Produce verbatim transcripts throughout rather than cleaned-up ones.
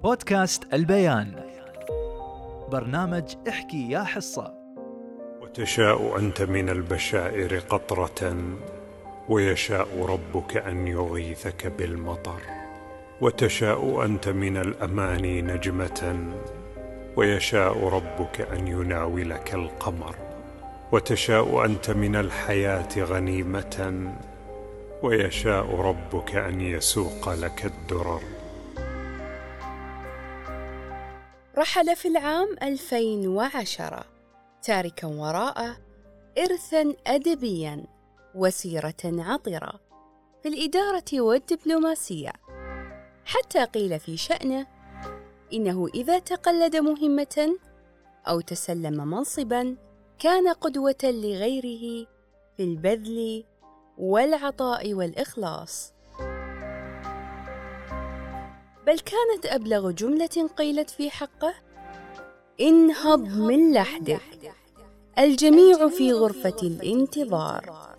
بودكاست البيان، برنامج احكي يا حصة. وتشاء أنت من البشائر قطرة، ويشاء ربك أن يغيثك بالمطر. وتشاء أنت من الأماني نجمة، ويشاء ربك أن يناولك القمر. وتشاء أنت من الحياة غنيمة، ويشاء ربك أن يسوق لك الدرر. رحل في العام ألفين وعشرة تاركا وراءه إرثا أدبيا وسيرة عطرة في الإدارة والدبلوماسية، حتى قيل في شأنه إنه إذا تقلد مهمة أو تسلم منصبا كان قدوة لغيره في البذل والعطاء والإخلاص. بل كانت أبلغ جملة قيلت في حقه: انهض من لحدك، الجميع في غرفة الانتظار.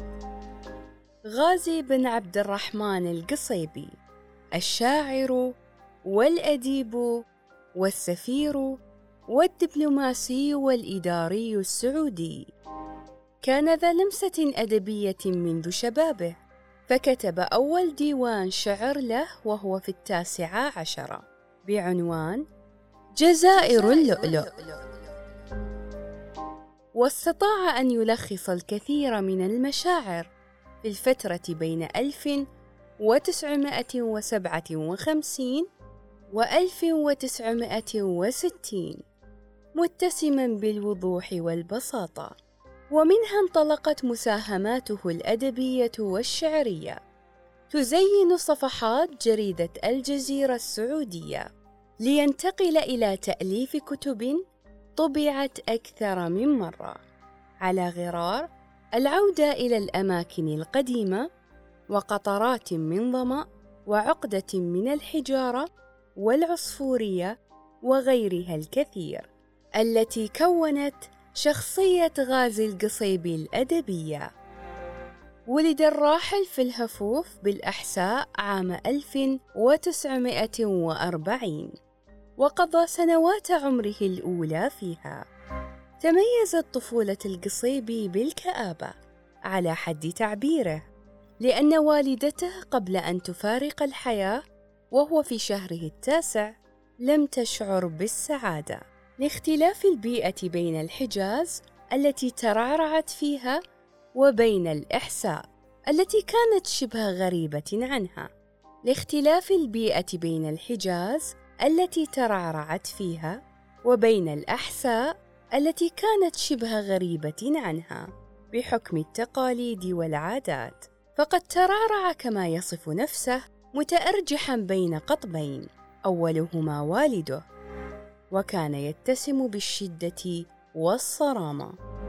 غازي بن عبد الرحمن القصيبي، الشاعر والأديب والسفير والدبلوماسي والإداري السعودي، كان ذا لمسة أدبية منذ شبابه، فكتب أول ديوان شعر له وهو في التاسعة عشرة بعنوان جزائر اللؤلؤ، واستطاع أن يلخص الكثير من المشاعر في الفترة بين ألف وتسعمائة وسبعة وخمسين وألف وتسعمائة وستين، متسما بالوضوح والبساطة. ومنها انطلقت مساهماته الأدبية والشعرية، تزين صفحات جريدة الجزيرة السعودية، لينتقل إلى تأليف كتب طبعت أكثر من مرة على غرار العودة إلى الأماكن القديمة، وقطرات من ظمأ، وعقدة من الحجارة، والعصفورية، وغيرها الكثير، التي كونت شخصية غازي القصيبي الأدبية. ولد الراحل في الهفوف بالأحساء عام ألف وتسعمائة وأربعين، وقضى سنوات عمره الأولى فيها. تميزت طفولة القصيبي بالكآبة على حد تعبيره، لأن والدته قبل أن تفارق الحياة وهو في شهره التاسع لم تشعر بالسعادة، لاختلاف البيئة بين الحجاز التي ترعرعت فيها وبين الإحساء التي كانت شبه غريبة عنها. لاختلاف البيئة بين الحجاز التي ترعرعت فيها وبين الأحساء التي كانت شبه غريبة عنها بحكم التقاليد والعادات، فقد ترعرع كما يصف نفسه متأرجحا بين قطبين، أولهما والده، وكان يتسم بالشدة والصرامة،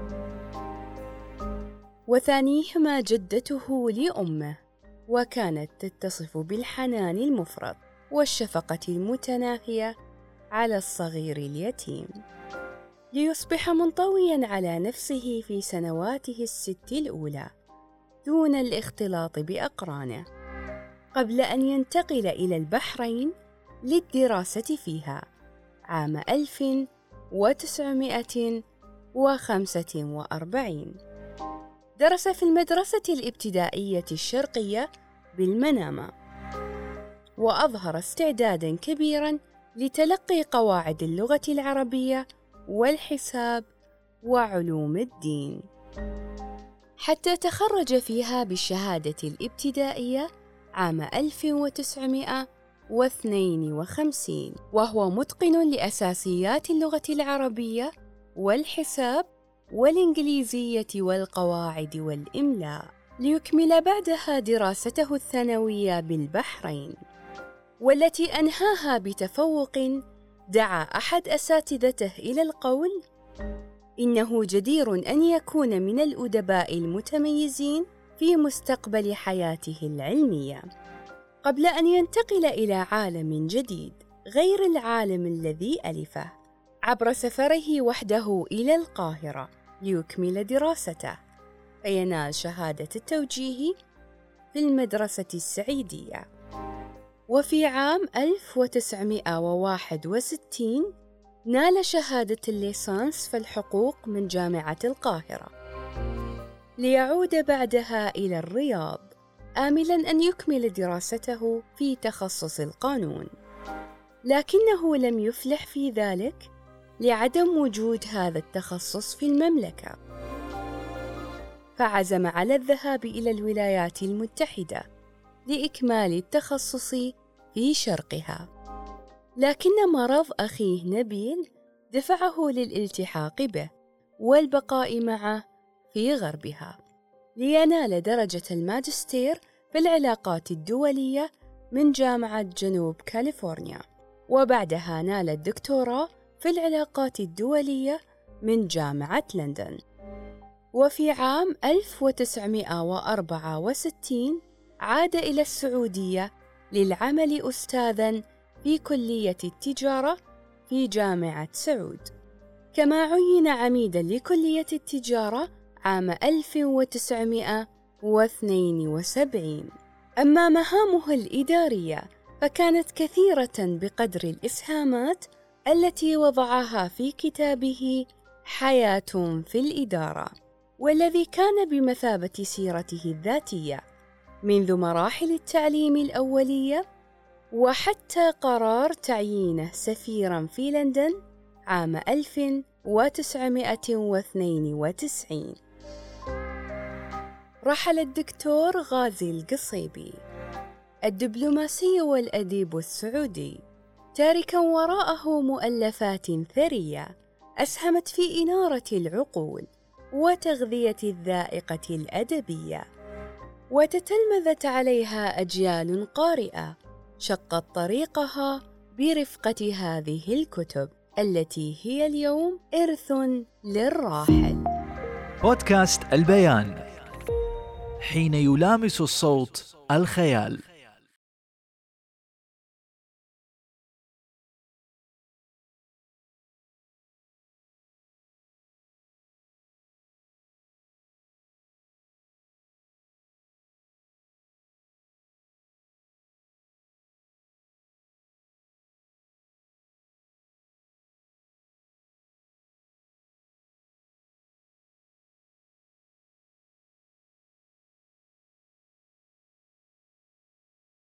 وثانيهما جدته لأمه، وكانت تتصف بالحنان المفرط والشفقة المتناهية على الصغير اليتيم، ليصبح منطويا على نفسه في سنواته الست الأولى دون الاختلاط بأقرانه، قبل أن ينتقل إلى البحرين للدراسة فيها عام ألف وتسعمائة وخمسة وأربعين. درس في المدرسة الابتدائية الشرقية بالمنامة، وأظهر استعداداً كبيراً لتلقي قواعد اللغة العربية والحساب وعلوم الدين، حتى تخرج فيها بالشهادة الابتدائية عام ألف وتسعمائة واثنين وخمسين، وهو متقن لأساسيات اللغة العربية والحساب والإنجليزية والقواعد والإملاء، ليكمل بعدها دراسته الثانوية بالبحرين، والتي أنهاها بتفوق دعا أحد أساتذته إلى القول: إنه جدير أن يكون من الأدباء المتميزين في مستقبل حياته العلمية، قبل أن ينتقل إلى عالم جديد غير العالم الذي ألفه، عبر سفره وحده إلى القاهرة ليكمل دراسته، فينال شهادة التوجيه في المدرسة السعيدية. وفي عام ألف وتسعمائة وواحد وستين نال شهادة الليسانس في الحقوق من جامعة القاهرة، ليعود بعدها إلى الرياض آملاً أن يكمل دراسته في تخصص القانون، لكنه لم يفلح في ذلك لعدم وجود هذا التخصص في المملكة، فعزم على الذهاب إلى الولايات المتحدة لإكمال التخصص في شرقها، لكن مرض أخيه نبيل دفعه للالتحاق به والبقاء معه في غربها، لينال درجة الماجستير في العلاقات الدولية من جامعة جنوب كاليفورنيا، وبعدها نال الدكتوراه في العلاقات الدولية من جامعة لندن. وفي عام ألف وتسعمائة وأربعة وستين عاد إلى السعودية للعمل أستاذاً في كلية التجارة في جامعة سعود، كما عين عميداً لكلية التجارة عام ألف وتسعمائة واثنين وسبعين. أما مهامه الإدارية فكانت كثيرة بقدر الإسهامات التي وضعها في كتابه حياة في الإدارة، والذي كان بمثابة سيرته الذاتية منذ مراحل التعليم الأولية وحتى قرار تعيينه سفيراً في لندن عام ألف وتسعمائة واثنين وتسعين. رحل الدكتور غازي القصيبي الدبلوماسي والأديب السعودي، تاركاً وراءه مؤلفات ثرية أسهمت في إنارة العقول وتغذية الذائقة الأدبية، وتتلمذت عليها أجيال قارئة شقت طريقها برفقة هذه الكتب التي هي اليوم إرث للراحل. بودكاست البيان، حين يلامس الصوت الخيال.